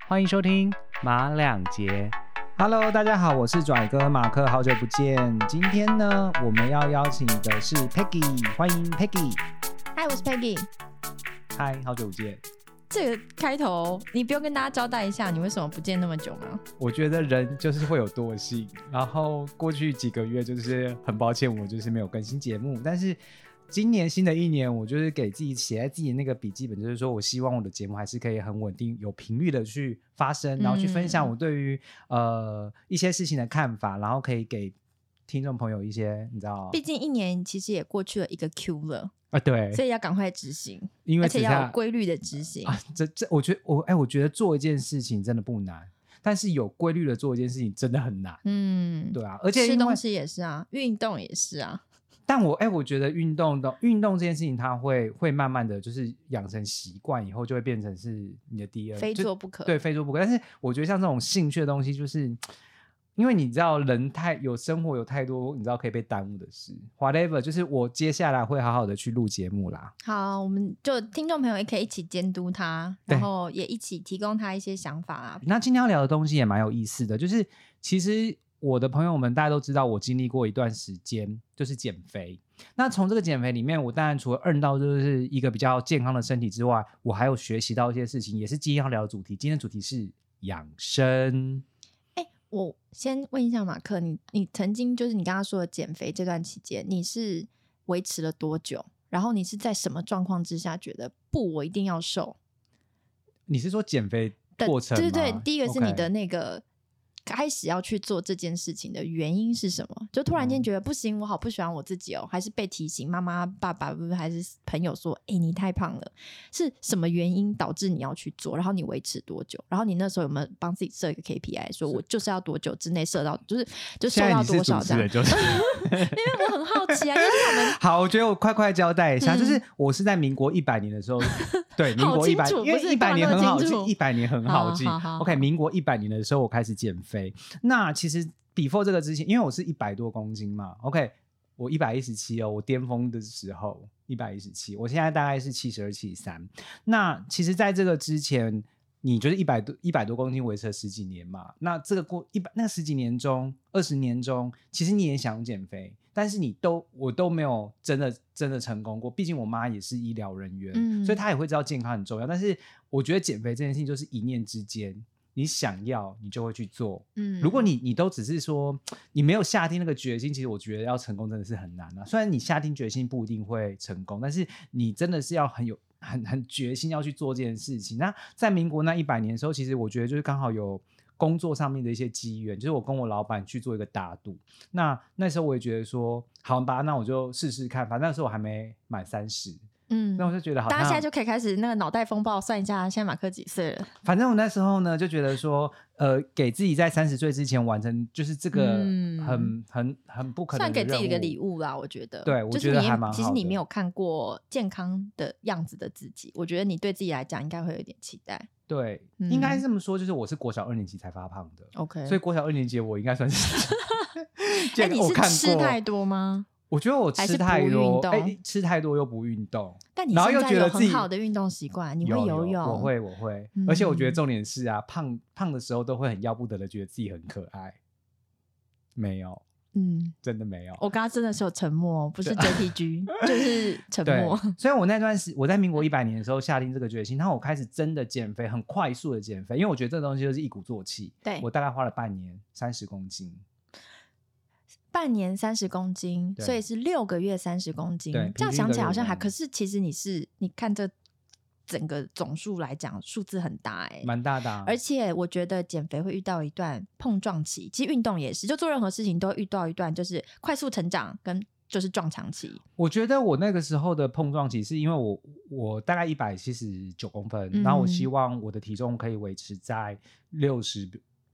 欢迎收听马两节。 Hello， 大家好，我是拽哥马克，好久不见。今天呢，我们要邀请的是 Peggy， 欢迎 Peggy。 嗨，我是 Peggy。 嗨，好久不见。 这个开头你不用跟大家交代一下，你为什么不见那么久吗？ 我觉得人就是会有惰性，然后过去几个月就是很抱歉，我就是没有更新节目，但是今年新的一年，我就是给自己写在自己的那个笔记本，就是说我希望我的节目还是可以很稳定、有频率的去发声，然后去分享我对于一些事情的看法，然后可以给听众朋友一些你知道， 毕竟一年其实也过去了一个 Q 了啊，对， 所以要赶快执行， 因为而且要有规律的执行啊。我觉得做一件事情真的不难，但是有规律的做一件事情真的很难。对啊，而且吃东西也是啊，运动也是啊。 但我觉得运动这件事情，它会慢慢的就是养成习惯，以后就会变成是你的第二， 非做不可。 对，非做不可。但是我觉得像这种兴趣的东西，就是因为你知道人生活有太多你知道可以被耽误的事 ，whatever， 就是我接下来会好好的去录节目啦。 好，我们就听众朋友也可以一起监督他，然后也一起提供他一些想法啊。 那今天要聊的东西也蛮有意思的，就是其实我的朋友们大家都知道，我经历过一段时间就是减肥。那从这个减肥里面，我当然除了earn到就是一个比较健康的身体之外，我还有学习到一些事情，也是今天要聊的主题。今天的主题是养生。 我先问一下马克，你曾经就是你刚刚说的减肥这段期间，你是维持了多久？然后你是在什么状况之下觉得不，我一定要瘦？ 你是说减肥过程吗？ 对，第一个是你的那个开始要去做这件事情的原因是什么？就突然间觉得不行，我好不喜欢我自己哦，还是被提醒妈妈、爸爸还是朋友说，你太胖了，是什么原因导致你要去做？然后你维持多久？然后你那时候有没有帮自己设一个 KPI， 说我就是要多久之内设到，就瘦到多少这样？因为我很好奇啊，因为我们好，我觉得我快交代一下，就是我是在民国100年的时候，对，民国100，因为100年很好记，100年很好记。OK， 民国100年的时候我开始减肥。那其实 before 这个之前，因为我是100多公斤嘛 ，OK， 我117哦，我巅峰的时候117，我现在大概是72、73。那其实在这个之前，你就是100多公斤维持了10几年嘛，那这个那10几年中20年中，其实你也想减肥，但是我都没有真的成功过，毕竟我妈也是医疗人员，所以她也会知道健康很重要。但是我觉得减肥这件事情就是一念之间，你想要你就会去做。如果你都只是说你没有下定那个决心，其实我觉得要成功真的是很难啊。虽然你下定决心不一定会成功，但是你真的是要很决心要去做这件事情。那在民国那100年的时候，其实我觉得就是刚好有工作上面的一些机缘，就是我跟我老板去做一个打赌。那时候我也觉得说好吧，那我就试试看，反正那时候我还没满30。那我就觉得好像大家现在就可以开始那个脑袋风暴算一下现在马克几岁了。 反正我那时候呢就觉得说给自己在30岁之前完成就是这个很不可能的任务，算给自己一个礼物啦。我觉得对，我觉得还蛮好的。 其实你没有看过健康的样子的自己，我觉得你对自己来讲应该会有一点期待。 对，应该这么说，就是我是国小2年级才发胖的 OK， 所以国小2年级我应该算是你是吃太多吗？ 我觉得我吃太多，吃太多又不运动， 但你现在有很好的运动习惯，你会游泳？ 我会，而且我觉得重点是啊，胖的时候都会很要不得的觉得自己很可爱。没有，真的没有。 我刚刚真的是有沉默，不是 JPG 就是沉默。 所以我那段时我在民国100年的时候下定这个决心，然后我开始真的减肥，很快速的减肥，因为我觉得这个东西就是一鼓作气。 对， 我大概花了半年30公斤。 半年30公斤，所以是6个月30公斤。这样想起来好像还，可是其实你看这整个总数来讲，数字很大蛮大的。 而且我觉得减肥会遇到一段碰撞期，其实运动也是，就做任何事情都会遇到一段就是快速成长跟就是撞墙期。 我觉得我那个时候的碰撞期是因为我大概179公分，然后我希望我的体重可以维持在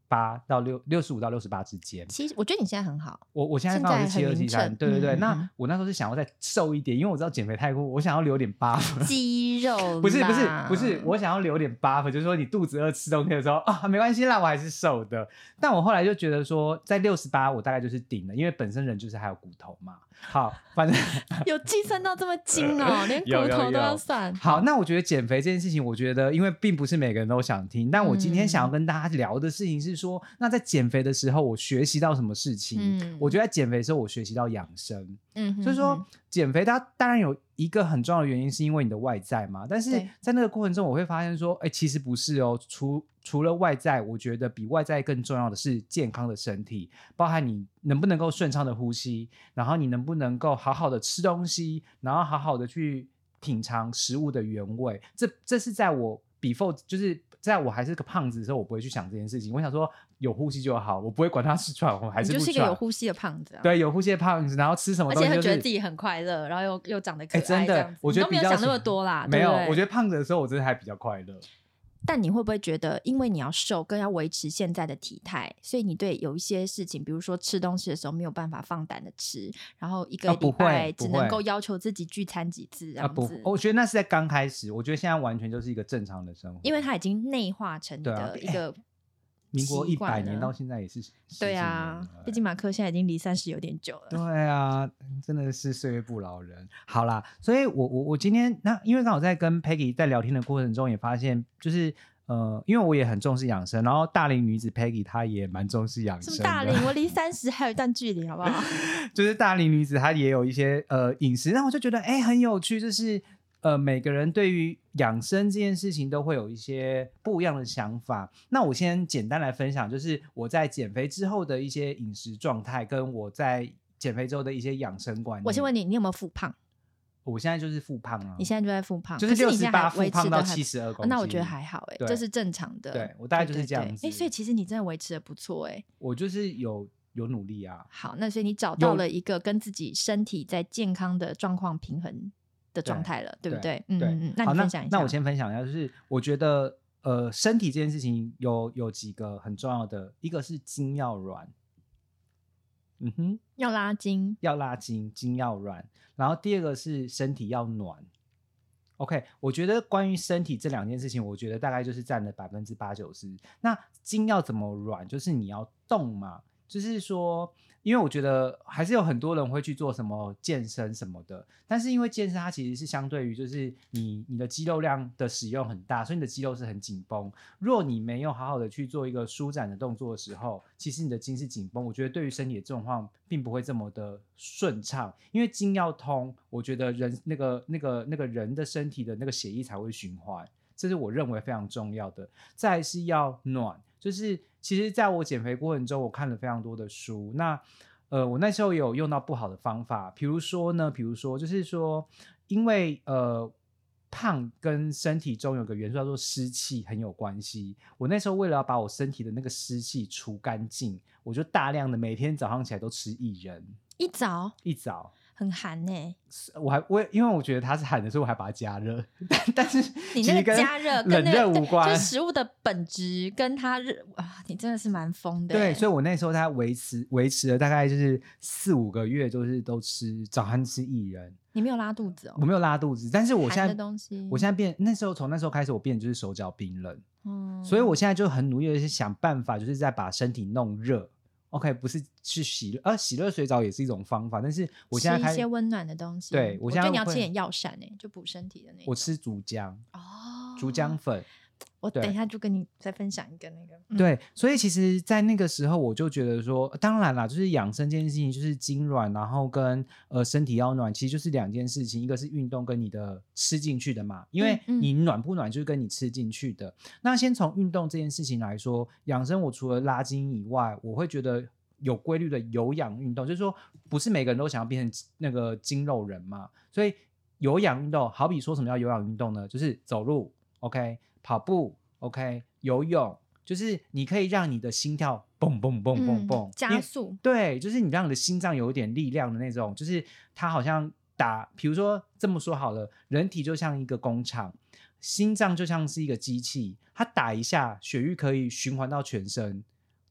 到65到68之间。 其实我觉得你现在很好， 我现在刚好是72、73，对对对。那我那时候是想要再瘦一点，因为我知道减肥太酷，我想要留点 buff 肌肉不是，我想要留点 buff， 就是说你肚子饿吃东西的时候啊，没关系啦，我还是瘦的。但我后来就觉得说，在68我大概就是顶了，因为本身人就是还有骨头嘛。好，反正有计算到这么精哦，连骨头都要算。 好，那我觉得减肥这件事情，我觉得因为并不是每个人都想听，但我今天想要跟大家聊的事情是说，那在减肥的时候我学习到什么事情？我觉得在减肥的时候我学习到养生。就是说减肥它当然有一个很重要的原因是因为你的外在嘛，但是在那个过程中我会发现说其实不是哦，除了外在，我觉得比外在更重要的是健康的身体，包含你能不能够顺畅的呼吸，然后你能不能够好好的吃东西，然后好好的去品尝食物的原味。这是在我 before 就是在我还是个胖子的时候我不会去想这件事情，我想说有呼吸就好，我不会管他吃喘我还是不喘。你就是一个有呼吸的胖子对，有呼吸的胖子，然后吃什么东西、而且会觉得自己很快乐，然后又长得可爱真的我觉得你都没有想那么多啦。 没有， 对对， 我觉得胖子的时候我真的还比较快乐。 但你会不会觉得因为你要瘦更要维持现在的体态，所以你对有一些事情比如说吃东西的时候没有办法放胆的吃，然后一个礼拜只能够要求自己聚餐几次这样子？ 我觉得那是在刚开始，我觉得现在完全就是一个正常的生活， 因为它已经内化成你的一个民国100年到现在也是对啊，毕竟马克现在已经离30有点久了。 对啊，真的是岁月不饶人。好啦，所以我今天因为刚好在跟 Peggy 在聊天的过程中也发现，就是因为我也很重视养生，然后大龄女子 Peggy 她也蛮重视养生的。 什么大龄？我离30还有一段距离，好不好？ 就是大龄女子她也有一些饮食，那我就觉得很有趣，就是每个人对于养生这件事情都会有一些不一样的想法。那我先简单来分享，就是我在减肥之后的一些饮食状态，跟我在减肥之后的一些养生观念。 我先问你，你有没有复胖？ 我现在就是复胖啊。 你现在就在复胖， 就是68复胖到72公斤。 那我觉得还好这是正常的。 对，我大概就是这样子。 对所以其实你真的维持的不错我就是有努力啊。 好，那所以你找到了一个跟自己身体在健康的状况平衡的状态了， 对不对？ 对。 那你分享一下。 那我先分享一下，就是我觉得身体这件事情有几个很重要的，一个是筋要软。 要拉筋， 筋要软。然后第二个是身体要暖。OK， 我觉得关于身体这两件事情，我觉得大概就是占了80%-90%。那筋要怎么软？就是你要动嘛，就是说，因为我觉得还是有很多人会去做什么健身什么的，但是因为健身它其实是相对于就是你的肌肉量的使用很大，所以你的肌肉是很紧绷。若你没有好好的去做一个舒展的动作的时候，其实你的筋是紧绷，我觉得对于身体的状况并不会这么的顺畅。因为筋要通，我觉得人那个人的身体的那个血液才会循环，这是我认为非常重要的。再来是要暖，就是其实在我减肥过程中我看了非常多的书，那我那时候也有用到不好的方法，比如说就是说因为胖跟身体中有个元素叫做湿气很有关系，我那时候为了要把我身体的那个湿气除干净，我就大量的每天早上起来都吃薏仁。一早很寒因为我觉得它是寒的，所以我还把它加热。但是你那个加热跟冷热无关， 就是食物的本质跟它你真的是蛮疯的。 对，所以我那时候它维持了大概就是4-5个月，就是都早上吃薏仁。 你没有拉肚子我没有拉肚子，但是我现在的东西， 从那时候开始，我变就是手脚冰冷。所以我现在就很努力的是想办法，就是在把身体弄热。OK， 不是去洗热水澡也是一种方法，但是我现在吃一些温暖的东西。 对， 我觉得你要吃点药膳就补身体的那种。 我吃竹浆竹浆粉。 我等一下就跟你再分享一个那个。 对，所以其实在那个时候我就觉得说，当然啦，就是养生这件事情就是筋软，然后跟身体要暖，其实就是两件事情，一个是运动跟你的吃进去的嘛，因为你暖不暖就是跟你吃进去的。那先从运动这件事情来说，养生我除了拉筋以外，我会觉得有规律的有氧运动，就是说不是每个人都想要变成那个筋肉人嘛，所以有氧运动，好比说什么叫有氧运动呢？就是走路 OK， 跑步 OK， 游泳，就是你可以让你的心跳蹦蹦蹦蹦蹦加速。 对，就是你让你的心脏有一点力量的那种，就是它好像比如说这么说好了，人体就像一个工厂，心脏就像是一个机器，它打一下血液可以循环到全身。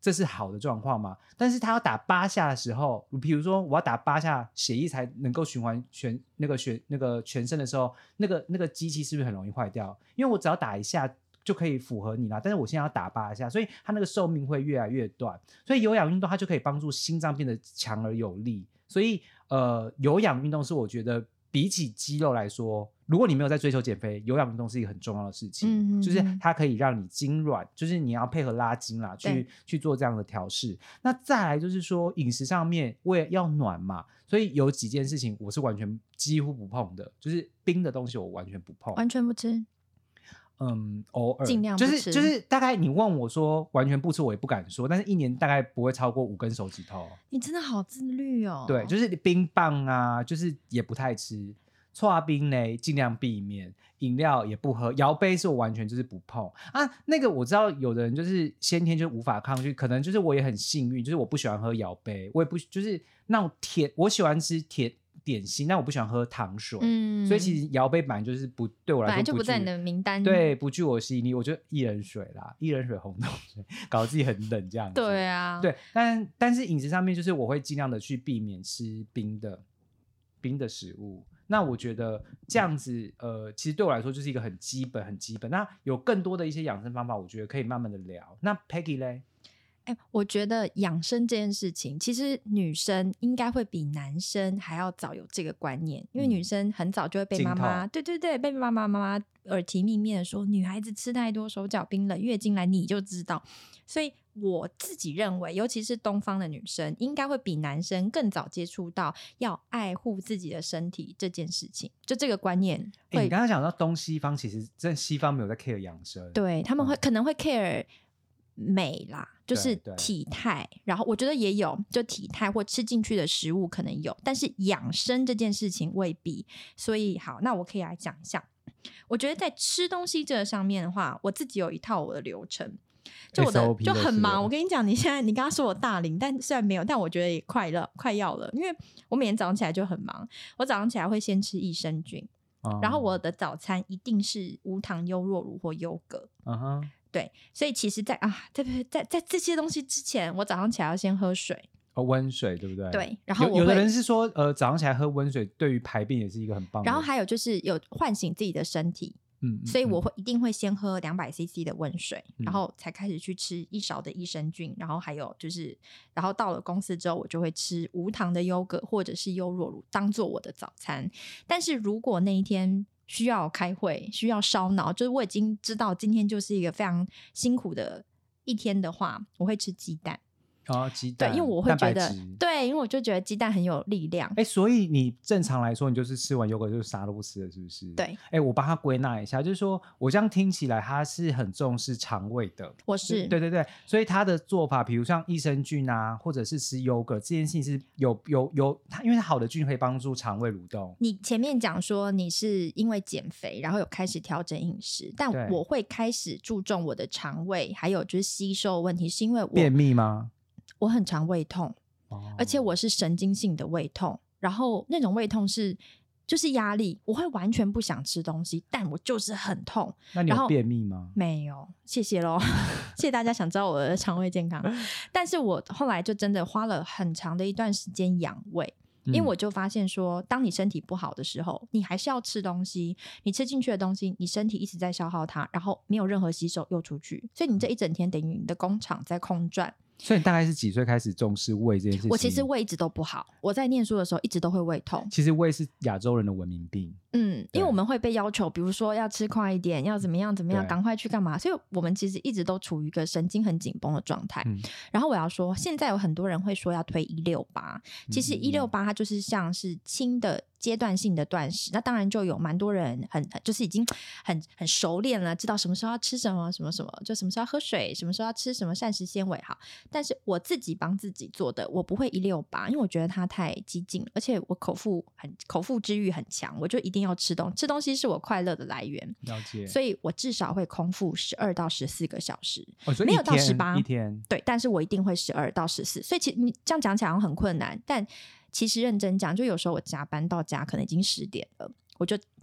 这是好的状况嘛？但是他要打8下的时候，比如说我要打8下，血液才能够循环那个全身的时候，那个机器是不是很容易坏掉？因为我只要打1下就可以符合你啦，但是我现在要打8下，所以它那个寿命会越来越短。所以有氧运动它就可以帮助心脏变得强而有力。所以有氧运动是我觉得比起肌肉来说，如果你没有在追求减肥，有氧运动是一个很重要的事情，就是它可以让你筋软，就是你要配合拉筋啦，去做这样的调试。那再来就是说饮食上面我也要暖嘛，所以有几件事情我是完全几乎不碰的，就是冰的东西我完全不碰， 完全不吃。 偶尔尽量不吃， 就是大概你问我说完全不吃我也不敢说，但是1年大概不会超过5根手指头。 你真的好自律哦。 对，就是冰棒啊就是也不太吃，剉冰呢尽量避免，饮料也不喝，摇杯是我完全就是不碰啊。那个我知道有的人就是先天就无法抗拒，可能就是我也很幸运，就是我不喜欢喝摇杯，我也不就是那种甜，我喜欢吃点心，但我不喜欢喝糖水，所以其实摇杯本来就是不对我来说本来就不在你的名单， 对，不具我吸引力。我觉得薏仁水啦，薏仁水、红豆水，搞得自己很冷这样子。 对啊， 对，但是饮食上面就是我会尽量的去避免吃冰的食物。那我觉得这样子，其实对我来说就是一个很基本。那有更多的一些养生方法，我觉得可以慢慢的聊。那 Peggy 嘞？ 我觉得养生这件事情，其实女生应该会比男生还要早有这个观念，因为女生很早就会被妈妈，对，被妈妈耳提面命的说，女孩子吃太多手脚冰冷，月经来你就知道。所以我自己认为，尤其是东方的女生，应该会比男生更早接触到要爱护自己的身体这件事情，就这个观念会。 你刚刚讲到东西方，其实在西方没有在 care 养生， 对，他们会可能会 care 美啦，就是体态，然后我觉得也有，就体态或吃进去的食物可能有，但是养生这件事情未必。所以好，那我可以来讲一下，我觉得在吃东西这上面的话，我自己有一套我的流程，就我的就很忙。我跟你讲，你刚刚说我大龄，但虽然没有，但我觉得也快要了，因为我每天早上起来就很忙。我早上起来会先吃益生菌，然后我的早餐一定是无糖优酪乳或优格。对，所以其实在这些东西之前，我早上起来要先喝水， 温水，对不对？ 对，然后有的人是说，早上起来喝温水对于排便也是一个很棒的。 然后还有就是有唤醒自己的身体，所以我一定会先喝200cc 的温水，然后才开始去吃1勺的益生菌，然后还有就是，然后到了公司之后，我就会吃无糖的优格或者是优酪乳当做我的早餐。但是如果那一天需要开会，需要烧脑，就是我已经知道今天就是一个非常辛苦的一天的话，我会吃鸡蛋。 鸡蛋， 对，因为我会觉得，对，因为我就觉得鸡蛋很有力量。 所以你正常来说，你就是吃完优格就啥都不吃了，是不是？ 对。 我帮他归纳一下，就是说我这样听起来，他是很重视肠胃的。 我是， 对，所以他的做法，比如像益生菌啊，或者是吃优格，这件事情是有，因为好的菌可以帮助肠胃蠕动。 你前面讲说你是因为减肥，然后有开始调整饮食，但我会开始注重我的肠胃，还有就是吸收的问题，是因为我便秘吗？ 我很常胃痛，而且我是神经性的胃痛，然后那种胃痛就是压力，我会完全不想吃东西，但我就是很痛。 那你有便秘吗？ 没有，谢谢咯谢谢大家想知道我的肠胃健康但是我后来就真的花了很长的一段时间养胃，因为我就发现说，当你身体不好的时候，你还是要吃东西，你吃进去的东西，你身体一直在消耗它，然后没有任何吸收又出去，所以你这一整天等于你的工厂在空转。 所以你大概是几岁开始重视胃这件事情？ 我其实胃一直都不好，我在念书的时候一直都会胃痛。 其实胃是亚洲人的文明病。 因为我们会被要求，比如说要吃快一点，要怎么样，赶快去干嘛，所以我们其实一直都处于一个神经很紧绷的状态。然后我要说，现在有很多人会说要推168，其实168它就是像是轻的阶段性的断食，那当然就有蛮多人就是已经很熟练了，知道什么时候要吃什么什么什么，就什么时候要喝水，什么时候要吃什么膳食纤维。好，但是我自己帮自己做的，我不会168，因为我觉得它太激进了，而且我口腹之欲很强，我就一定要吃东西是我快乐的来源。 了解。 所以我至少会空腹12到14个小时， 所以没有到18 一天。 对，但是我一定会12到14，所以其实你这样讲起来好像很困难，但其实认真讲，就有时候我加班到家可能已经10点了，我就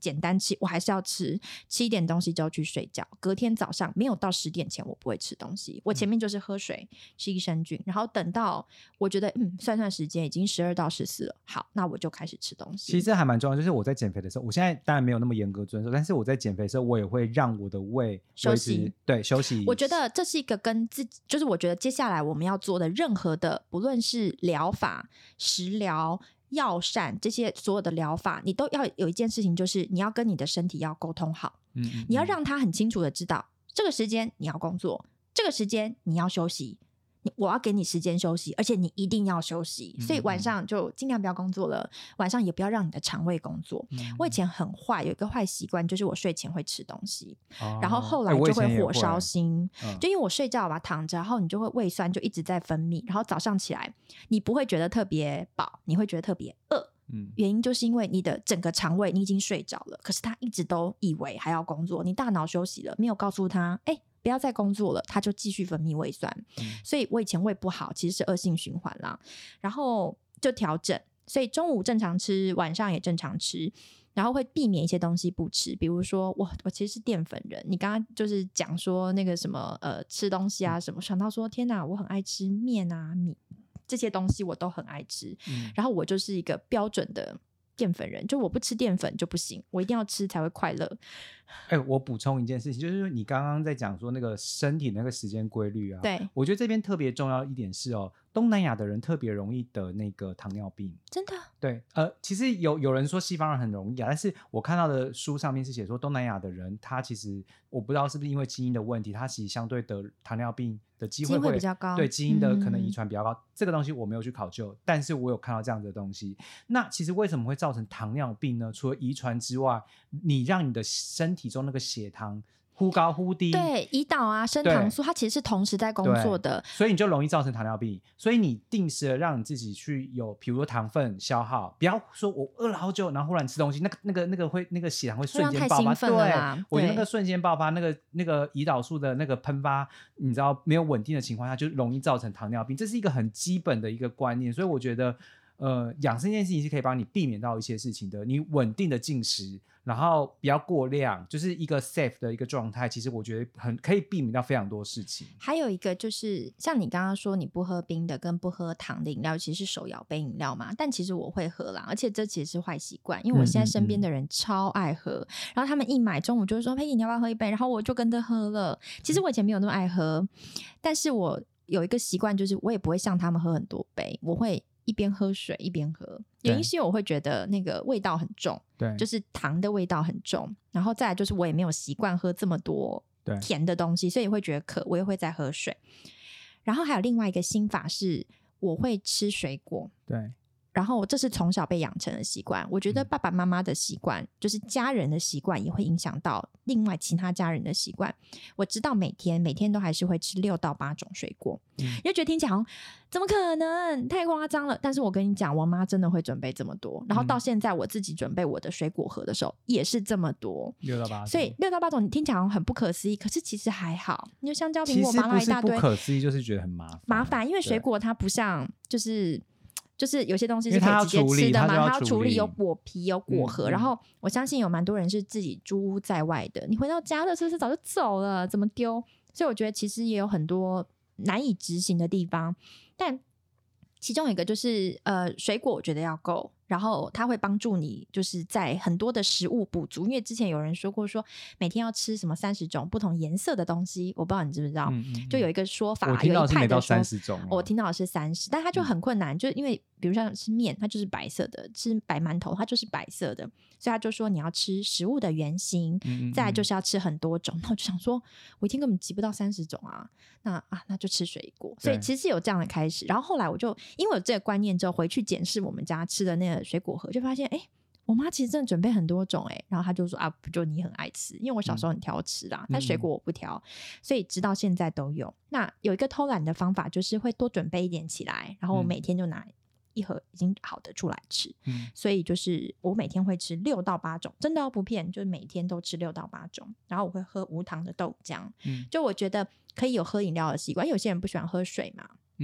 简单吃，我还是要吃一点东西之后去睡觉。隔天早上没有到10点前我不会吃东西，我前面就是喝水吃益生菌，然后等到我觉得算时间已经12到14了，好，那我就开始吃东西。 其实这还蛮重要，就是我在减肥的时候，我现在当然没有那么严格遵守，但是我在减肥的时候我也会让我的胃休息， 对，休息。 我觉得这是一个跟自己，就是我觉得接下来我们要做的任何的不论是疗法、食疗、药膳，这些所有的疗法，你都要有一件事情，就是你要跟你的身体要沟通好，你要让他很清楚的知道这个时间你要工作，这个时间你要休息，我要给你时间休息，而且你一定要休息，所以晚上就尽量不要工作了，晚上也不要让你的肠胃工作。我以前很坏，有一个坏习惯，就是我睡前会吃东西，然后后来就会火烧心，就因为我睡觉吧躺着，然后你就会胃酸就一直在分泌，然后早上起来你不会觉得特别饱，你会觉得特别饿。原因就是因为你的整个肠胃你已经睡着了，可是他一直都以为还要工作，你大脑休息了，没有告诉他不要再工作了，他就继续分泌胃酸，所以我以前胃不好其实是恶性循环啦，然后就调整，所以中午正常吃，晚上也正常吃，然后会避免一些东西不吃，比如说我其实是淀粉人，你刚刚就是讲说那个什么吃东西啊什么，想到说天哪，我很爱吃面啊米这些东西我都很爱吃，然后我就是一个标准的淀粉人，就我不吃淀粉就不行，我一定要吃才会快乐。 我补充一件事情，就是你刚刚在讲说那个身体那个时间规律啊， 对， 我觉得这边特别重要一点是东南亚的人特别容易得那个糖尿病。 真的？ 对，其实有人说西方人很容易但是我看到的书上面是写说东南亚的人他其实我不知道是不是因为基因的问题，他其实相对得糖尿病的机会比较高， 对，基因的可能遗传比较高，这个东西我没有去考究，但是我有看到这样的东西。那其实为什么会造成糖尿病呢？除了遗传之外，你让你的身体中那个血糖忽高忽低， 对，胰岛啊升糖素它其实是同时在工作的， 所以你就容易造成糖尿病。所以你定时的让你自己去有比如说糖分消耗，不要说我饿了好久然后忽然吃东西，那个血糖会瞬间爆发，对，我觉得那个瞬间爆发，那个胰岛素的那个喷发，你知道没有稳定的情况下就容易造成糖尿病，这是一个很基本的一个观念。所以我觉得养生这件事情是可以帮你避免到一些事情的，你稳定的进食，然后不要过量，就是一个 safe 的一个状态，其实我觉得很可以避免到非常多事情。 还有一个就是像你刚刚说你不喝冰的跟不喝糖的饮料其实是手摇杯饮料嘛，但其实我会喝啦，而且这其实是坏习惯，因为我现在身边的人超爱喝，然后他们一买中午就会说Peggy你要不要喝一杯，然后我就跟着喝了。其实我以前没有那么爱喝，但是我有一个习惯，就是我也不会像他们喝很多杯，我会一边喝水一边喝，原因是因为我会觉得那个味道很重，对，就是糖的味道很重，然后再来就是我也没有习惯喝这么多甜的东西，所以会觉得渴，我也会再喝水。然后还有另外一个心法是我会吃水果，对，然后这是从小被养成的习惯，我觉得爸爸妈妈的习惯就是家人的习惯也会影响到另外其他家人的习惯。我知道每天都还是会吃6到8种水果，你就觉得听起来好像怎么可能太夸张了，但是我跟你讲我妈真的会准备这么多，然后到现在我自己准备我的水果盒的时候也是这么多，6到8种，所以6到8种你听起来好像很不可思议，可是其实还好，因为香蕉苹果麻辣一大堆， 其实不是不可思议，就是觉得很麻烦， 因为水果它不像就是有些东西是可以直接吃的嘛，它要处理有果皮有果核，然后我相信有蛮多人是自己租屋在外的，你回到家的是不是早就走了，怎么丢？所以我觉得其实也有很多难以执行的地方，但其中一个就是水果我觉得要够，然后它会帮助你就是在很多的食物补足，因为之前有人说过说每天要吃什么30种不同颜色的东西，我不知道你知不知道，就有一个说法， 我听到是没到30种， 我听到的是30，但它就很困难，就因为比如像吃面它就是白色的，吃白馒头它就是白色的，所以他就说你要吃食物的原型，再来就是要吃很多种，那我就想说我一天根本集不到30种啊，那就吃水果，所以其实有这样的开始，然后后来我就因为有这个观念之后回去检视我们家吃的那个水果盒，就发现我妈其实真的准备很多种然后她就说不就你很爱吃，因为我小时候很挑吃啦，但水果我不挑，所以直到现在都有。那有一个偷懒的方法就是会多准备一点起来，然后我每天就拿一盒已经好的出来吃，所以就是我每天会吃6到8种，真的不骗，就是每天都吃6到8种，然后我会喝无糖的豆浆，就我觉得可以有喝饮料的习惯，有些人不喜欢喝水嘛，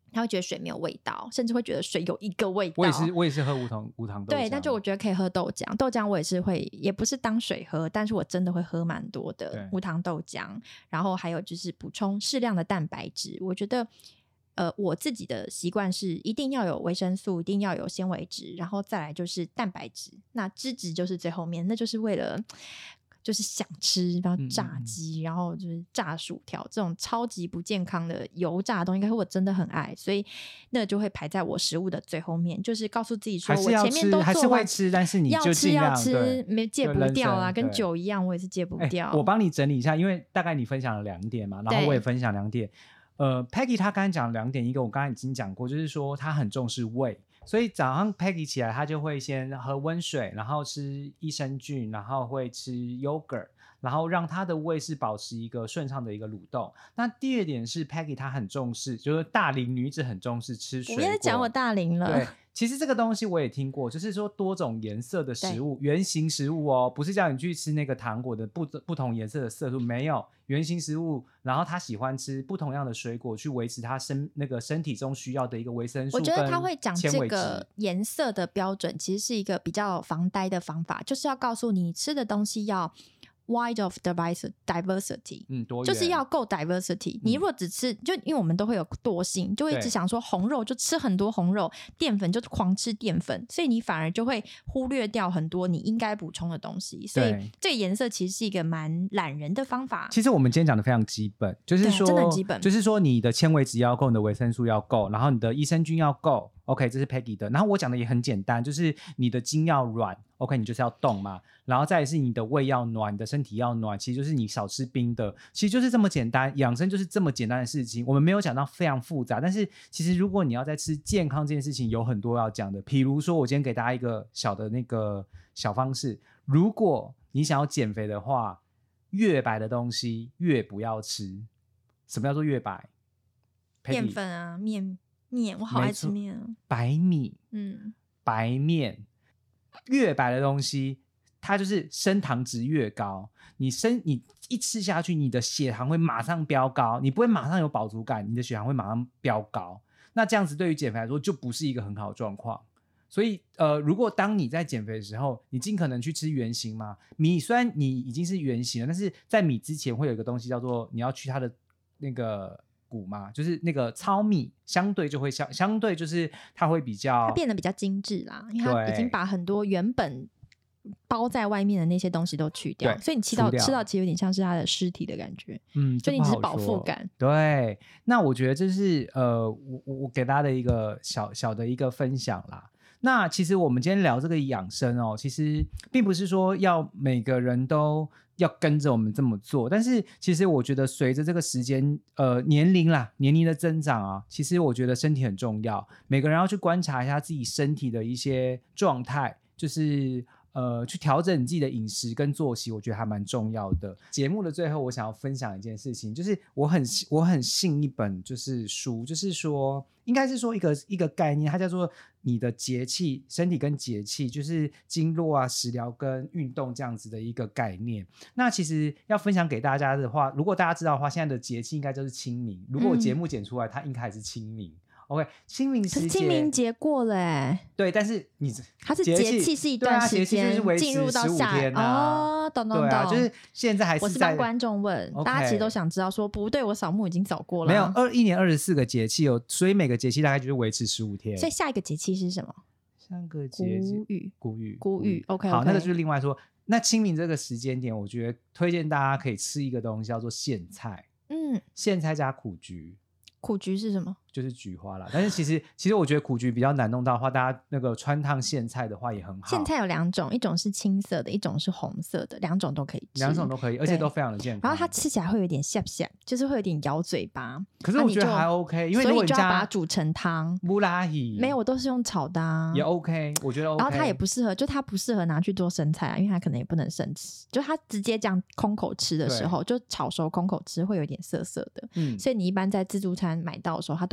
他会觉得水没有味道，甚至会觉得水有一个味道。 我也是喝无糖豆浆。 对，但就我觉得可以喝豆浆，豆浆我也是会，也不是当水喝，但是我真的会喝蛮多的无糖豆浆。然后还有就是补充适量的蛋白质，我觉得我自己的习惯是一定要有维生素，一定要有纤维质，然后再来就是蛋白质，那脂质就是最后面，那就是为了就是想吃，然后炸鸡，然后就是炸薯条这种超级不健康的油炸的东西，可是我真的很爱，所以那就会排在我食物的最后面，就是告诉自己说我前面都做完， 还是会吃，但是你就尽量要吃，没戒不掉啦，跟酒一样，我也是戒不掉。 我帮你整理一下，因为大概你分享了2点嘛，然后我也分享2点。Peggy 她刚才讲2点，一个我刚才已经讲过，就是说她很重视胃。所以早上 Peggy 起来，她就会先喝温水，然后吃益生菌，然后会吃 yogurt， 然后让她的胃是保持一个顺畅的一个蠕动。那第2点是 Peggy 她很重视，就是大龄女子很重视吃水果。 不要讲我大龄了。 对，其实这个东西我也听过，就是说多种颜色的食物，原型食物哦，不是叫你去吃那个糖果的不同颜色的色素，没有原型食物。然后他喜欢吃不同样的水果，去维持他那个身体中需要的一个维生素跟纤维质。 我觉得他会讲这个颜色的标准，其实是一个比较防呆的方法，就是要告诉你吃的东西要wide of diversity， 多元， 就是要够 diversity。你如果只吃，就因为我们都会有惰性，就会一直想说红肉就吃很多红肉，淀粉就狂吃淀粉，所以你反而就会忽略掉很多你应该补充的东西。所以这个颜色其实是一个蛮懒人的方法。 其实我们今天讲的非常基本，就是说真的很基本， 就是说你的纤维质要够，你的维生素要够，然后你的益生菌要够。OK， 这是 Peggy 的。然后我讲的也很简单，就是你的筋要软 ，OK， 你就是要动嘛。然后再来是你的胃要暖，你的身体要暖，其实就是你少吃冰的，其实就是这么简单。养生就是这么简单的事情，我们没有讲到非常复杂。但是其实如果你要在吃健康这件事情，有很多要讲的。比如说，我今天给大家一个小的那个小方式，如果你想要减肥的话，越白的东西越不要吃。什么叫做越白？ 淀粉啊，面，我好爱吃面啊。 白米，白面，越白的东西，它就是升糖值越高。你一吃下去，你的血糖会马上飙高，你不会马上有饱足感，你的血糖会马上飙高。那这样子对于减肥来说，就不是一个很好的状况。所以如果当你在减肥的时候，你尽可能去吃原型嘛。米虽然你已经是原型了，但是在米之前会有一个东西叫做你要去它的那个谷嘛，就是那个糙米，相对就会相对就是它会比较， 它变得比较精致啦，因为它已经把很多原本包在外面的那些东西都去掉，所以你吃到其实有点像是它的尸体的感觉，就你只是饱腹感。 对，那我觉得这是我给大家的一个小的一个分享啦。那其实我们今天聊这个养生哦，其实并不是说要每个人都要跟着我们这么做，但是其实我觉得随着这个时间年龄的增长啊，其实我觉得身体很重要，每个人要去观察一下自己身体的一些状态，就是去调整你自己的饮食跟作息，我觉得还蛮重要的。节目的最后，我想要分享一件事情，就是我很信一本就是书，就是说应该是说一个概念，它叫做你的节气，身体跟节气，就是经络啊、食疗跟运动这样子的一个概念。那其实要分享给大家的话，如果大家知道的话，现在的节气应该就是清明。如果我节目剪出来，它应该还是清明。OK， 清明时节， 清明节过了哎， 对，但是它是节气是一段时间，进入到下天啊， 懂， 对啊，就是现在还是我是帮观众问，大家其实都想知道说，不对，我扫墓已经扫过了， 没有，1年24个节气哦，所以每个节气大概就是维持15天， 所以下一个节气是什么？ 下个节气谷雨 ，OK， 好，那个就是另外说。那清明这个时间点，我觉得推荐大家可以吃一个东西叫做苋菜，苋菜加苦菊。 苦菊是什么？ 就是菊花啦，但是其实我觉得苦菊比较难弄到的话，大家那个川烫苋菜的话也很好。 苋菜有2种，一种是青色的，一种是红色的，2种都可以吃。 2种都可以，而且都非常的健康。 然后它吃起来会有点涩涩，就是会有点咬嘴巴。 可是我觉得还 OK， 因为如果你就要把它煮成汤。 布拉希没有，我都是用炒的啊， 也 OK， 我觉得 OK。 然后它也不适合，就它不适合拿去做生菜啊，因为它可能也不能生吃。就它直接这样空口吃的时候，就炒熟空口吃会有点涩涩的。所以你一般在自助餐买到的时候，它都会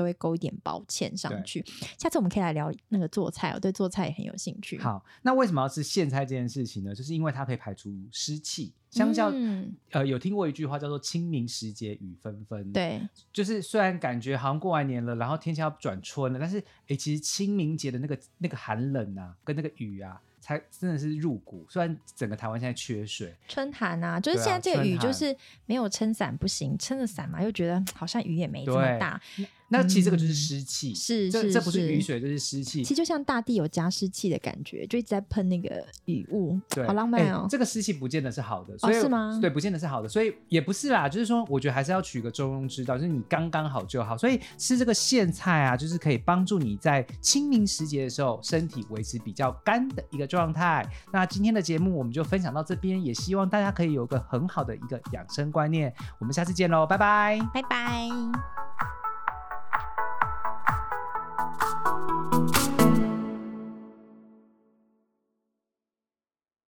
会勾一点薄芡上去。下次我们可以来聊那个做菜，我对做菜也很有兴趣。 好，那为什么要吃苋菜这件事情呢？就是因为它可以排除湿气。相较有听过一句话叫做清明时节雨纷纷， 对， 就是虽然感觉好像过完年了，然后天气要转春了，但是其实清明节的那个寒冷啊跟那个雨啊才真的是入骨。虽然整个台湾现在缺水， 春寒啊，就是现在这个雨就是没有撑伞不行，撑着伞嘛又觉得好像雨也没这么大。 那其实这个就是湿气，这不是雨水，这是湿气。 其实就像大地有加湿器的感觉，就一直在喷那个雨雾，好浪漫哦。 这个湿气不见得是好的，所以是吗？ 对，不见得是好的，所以也不是啦。就是说，我觉得还是要取个中庸之道，就是你刚刚好就好。所以吃这个苋菜啊，就是可以帮助你在清明时节的时候，身体维持比较干的一个状态。那今天的节目我们就分享到这边，也希望大家可以有个很好的一个养生观念。我们下次见喽，拜拜， 拜拜。